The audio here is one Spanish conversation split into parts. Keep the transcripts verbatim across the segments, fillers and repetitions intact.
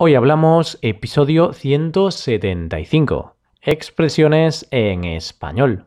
Hoy hablamos episodio ciento setenta y cinco, expresiones en español.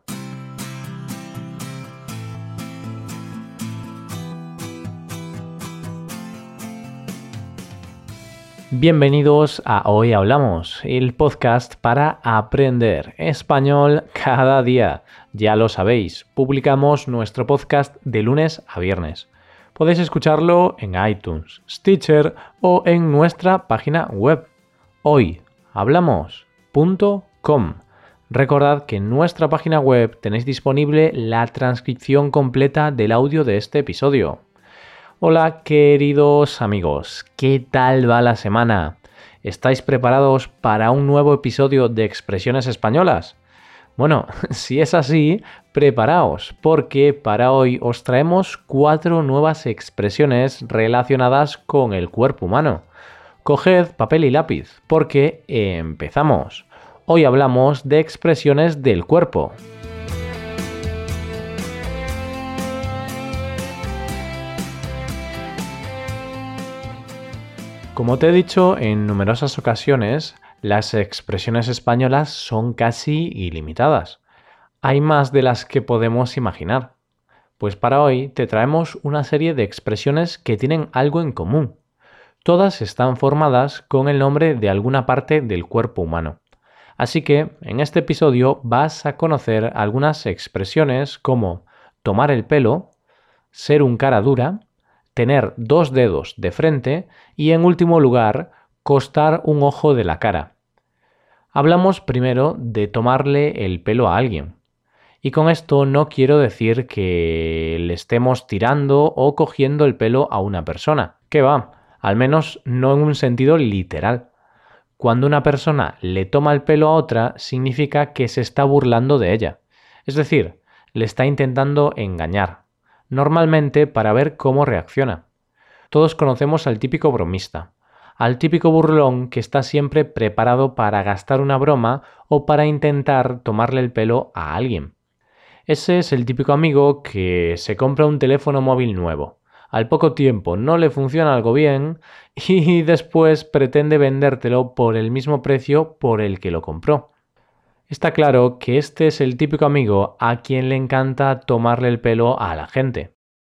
Bienvenidos a Hoy Hablamos, el podcast para aprender español cada día. Ya lo sabéis, publicamos nuestro podcast de lunes a viernes. Podéis escucharlo en iTunes, Stitcher o en nuestra página web hoy hablamos punto com. Recordad que en nuestra página web tenéis disponible la transcripción completa del audio de este episodio. Hola queridos amigos, ¿qué tal va la semana? ¿Estáis preparados para un nuevo episodio de Expresiones Españolas? Bueno, si es así, preparaos, porque para hoy os traemos cuatro nuevas expresiones relacionadas con el cuerpo humano. Coged papel y lápiz, porque empezamos. Hoy hablamos de expresiones del cuerpo. Como te he dicho en numerosas ocasiones, las expresiones españolas son casi ilimitadas. Hay más de las que podemos imaginar. Pues para hoy te traemos una serie de expresiones que tienen algo en común. Todas están formadas con el nombre de alguna parte del cuerpo humano. Así que en este episodio vas a conocer algunas expresiones como tomar el pelo, ser un cara dura, tener dos dedos de frente y, en último lugar, costar un ojo de la cara. Hablamos primero de tomarle el pelo a alguien. Y con esto no quiero decir que le estemos tirando o cogiendo el pelo a una persona. ¿Qué va? Al menos no en un sentido literal. Cuando una persona le toma el pelo a otra, significa que se está burlando de ella. Es decir, le está intentando engañar. Normalmente para ver cómo reacciona. Todos conocemos al típico bromista, al típico burlón que está siempre preparado para gastar una broma o para intentar tomarle el pelo a alguien. Ese es el típico amigo que se compra un teléfono móvil nuevo. Al poco tiempo no le funciona algo bien y después pretende vendértelo por el mismo precio por el que lo compró. Está claro que este es el típico amigo a quien le encanta tomarle el pelo a la gente.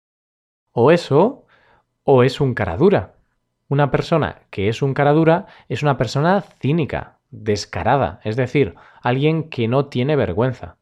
O eso, o es un cara dura. Una persona que es un cara dura es una persona cínica, descarada, es decir, alguien que no tiene vergüenza.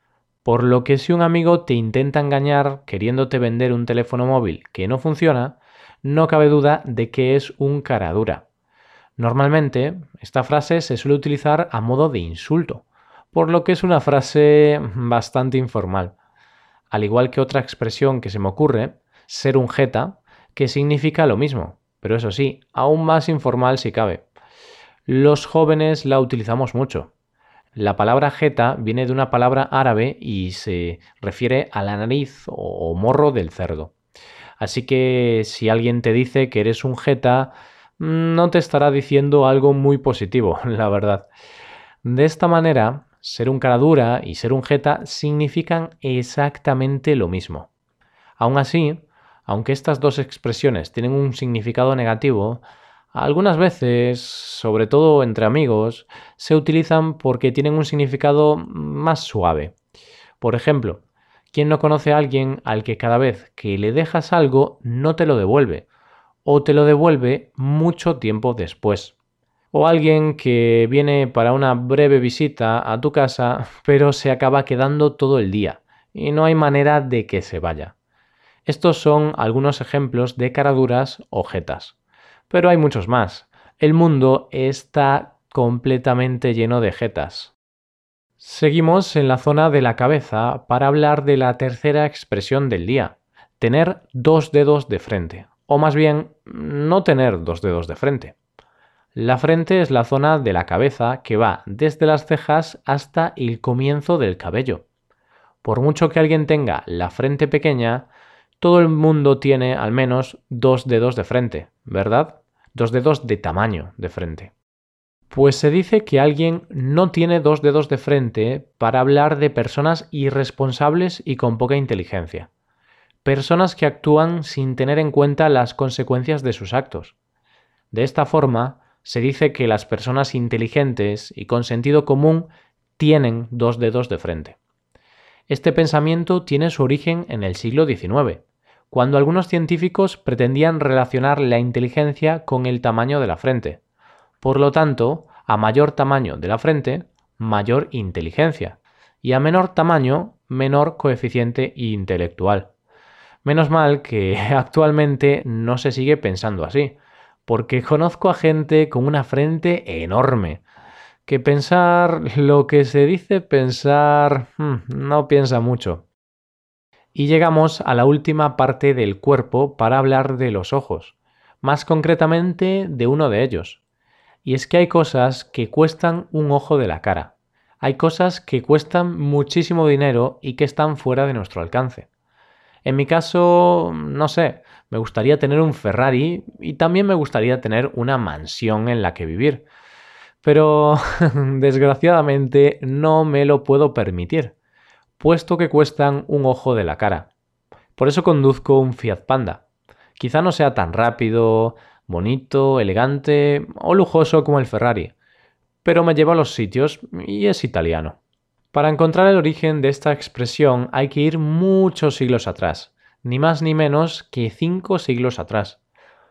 Por lo que si un amigo te intenta engañar queriéndote vender un teléfono móvil que no funciona, no cabe duda de que es un cara dura. Normalmente, esta frase se suele utilizar a modo de insulto, por lo que es una frase bastante informal. Al igual que otra expresión que se me ocurre, ser un jeta, que significa lo mismo, pero eso sí, aún más informal si cabe. Los jóvenes la utilizamos mucho. La palabra jeta viene de una palabra árabe y se refiere a la nariz o morro del cerdo. Así que si alguien te dice que eres un jeta, no te estará diciendo algo muy positivo, la verdad. De esta manera, ser un cara dura y ser un jeta significan exactamente lo mismo. Aún así, aunque estas dos expresiones tienen un significado negativo, algunas veces, sobre todo entre amigos, se utilizan porque tienen un significado más suave. Por ejemplo, ¿quién no conoce a alguien al que cada vez que le dejas algo no te lo devuelve? O te lo devuelve mucho tiempo después. O alguien que viene para una breve visita a tu casa, pero se acaba quedando todo el día y no hay manera de que se vaya. Estos son algunos ejemplos de caraduras o jetas. Pero hay muchos más. El mundo está completamente lleno de jetas. Seguimos en la zona de la cabeza para hablar de la tercera expresión del día. Tener dos dedos de frente. O más bien, no tener dos dedos de frente. La frente es la zona de la cabeza que va desde las cejas hasta el comienzo del cabello. Por mucho que alguien tenga la frente pequeña, todo el mundo tiene al menos dos dedos de frente, ¿verdad? Dos dedos de tamaño de frente. Pues se dice que alguien no tiene dos dedos de frente para hablar de personas irresponsables y con poca inteligencia. Personas que actúan sin tener en cuenta las consecuencias de sus actos. De esta forma, Se dice que las personas inteligentes y con sentido común tienen dos dedos de frente. Este pensamiento tiene su origen en el siglo diecinueve, cuando algunos científicos pretendían relacionar la inteligencia con el tamaño de la frente. Por lo tanto, a mayor tamaño de la frente, mayor inteligencia, y a menor tamaño, menor coeficiente intelectual. Menos mal que actualmente no se sigue pensando así, porque conozco a gente con una frente enorme, que pensar lo que se dice pensar hmm, no piensa mucho. Y llegamos a la última parte del cuerpo para hablar de los ojos, más concretamente de uno de ellos. Y es que hay cosas que cuestan un ojo de la cara. Hay cosas que cuestan muchísimo dinero y que están fuera de nuestro alcance. En mi caso, no sé, me gustaría tener un Ferrari y también me gustaría tener una mansión en la que vivir. Pero desgraciadamente no me lo puedo permitir, puesto que cuestan un ojo de la cara. Por eso conduzco un Fiat Panda. Quizá no sea tan rápido, bonito, elegante o lujoso como el Ferrari, pero me lleva a los sitios y es italiano. Para encontrar el origen de esta expresión hay que ir muchos siglos atrás, ni más ni menos que cinco siglos atrás.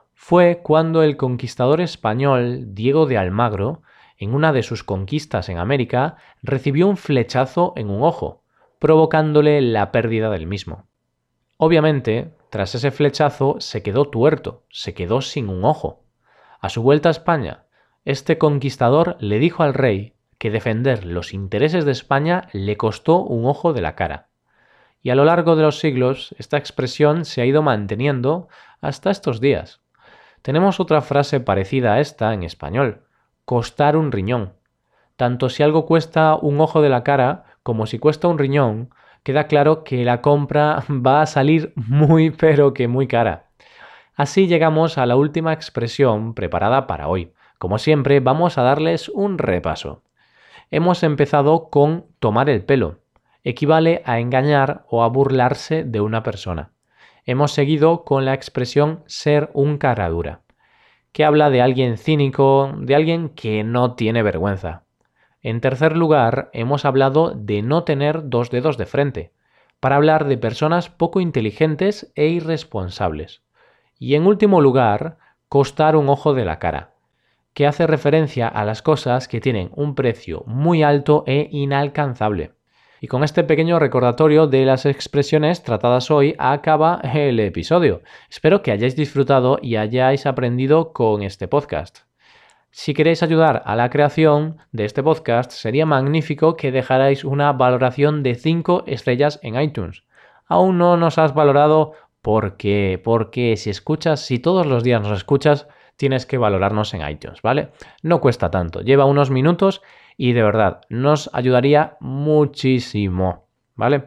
Fue cuando el conquistador español Diego de Almagro, en una de sus conquistas en América, recibió un flechazo en un ojo, provocándole la pérdida del mismo. Obviamente, tras ese flechazo se quedó tuerto, se quedó sin un ojo. A su vuelta a España, este conquistador le dijo al rey que defender los intereses de España le costó un ojo de la cara. Y a lo largo de los siglos, esta expresión se ha ido manteniendo hasta estos días. Tenemos otra frase parecida a esta en español, costar un riñón. Tanto si algo cuesta un ojo de la cara como si cuesta un riñón, queda claro que la compra va a salir muy pero que muy cara. Así llegamos a la última expresión preparada para hoy. Como siempre, vamos a darles un repaso. Hemos empezado con tomar el pelo. Equivale a engañar o a burlarse de una persona. Hemos seguido con la expresión ser un cara dura, que habla de alguien cínico, de alguien que no tiene vergüenza. En tercer lugar, hemos hablado de no tener dos dedos de frente, para hablar de personas poco inteligentes e irresponsables. Y en último lugar, costar un ojo de la cara, que hace referencia a las cosas que tienen un precio muy alto e inalcanzable. Y con este pequeño recordatorio de las expresiones tratadas hoy acaba el episodio. Espero que hayáis disfrutado y hayáis aprendido con este podcast. Si queréis ayudar a la creación de este podcast, sería magnífico que dejarais una valoración de cinco estrellas en iTunes. Aún no nos has valorado, ¿por qué? Porque si escuchas, si todos los días nos escuchas, tienes que valorarnos en iTunes, ¿vale? No cuesta tanto, lleva unos minutos y de verdad nos ayudaría muchísimo, ¿vale?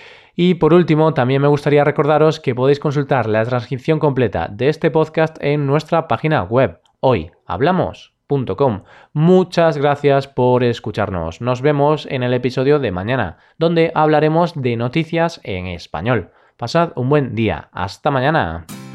Y por último, también me gustaría recordaros que podéis consultar la transcripción completa de este podcast en nuestra página web, hoy hablamos punto com. Muchas gracias por escucharnos. Nos vemos en el episodio de mañana, donde hablaremos de noticias en español. Pasad un buen día. Hasta mañana.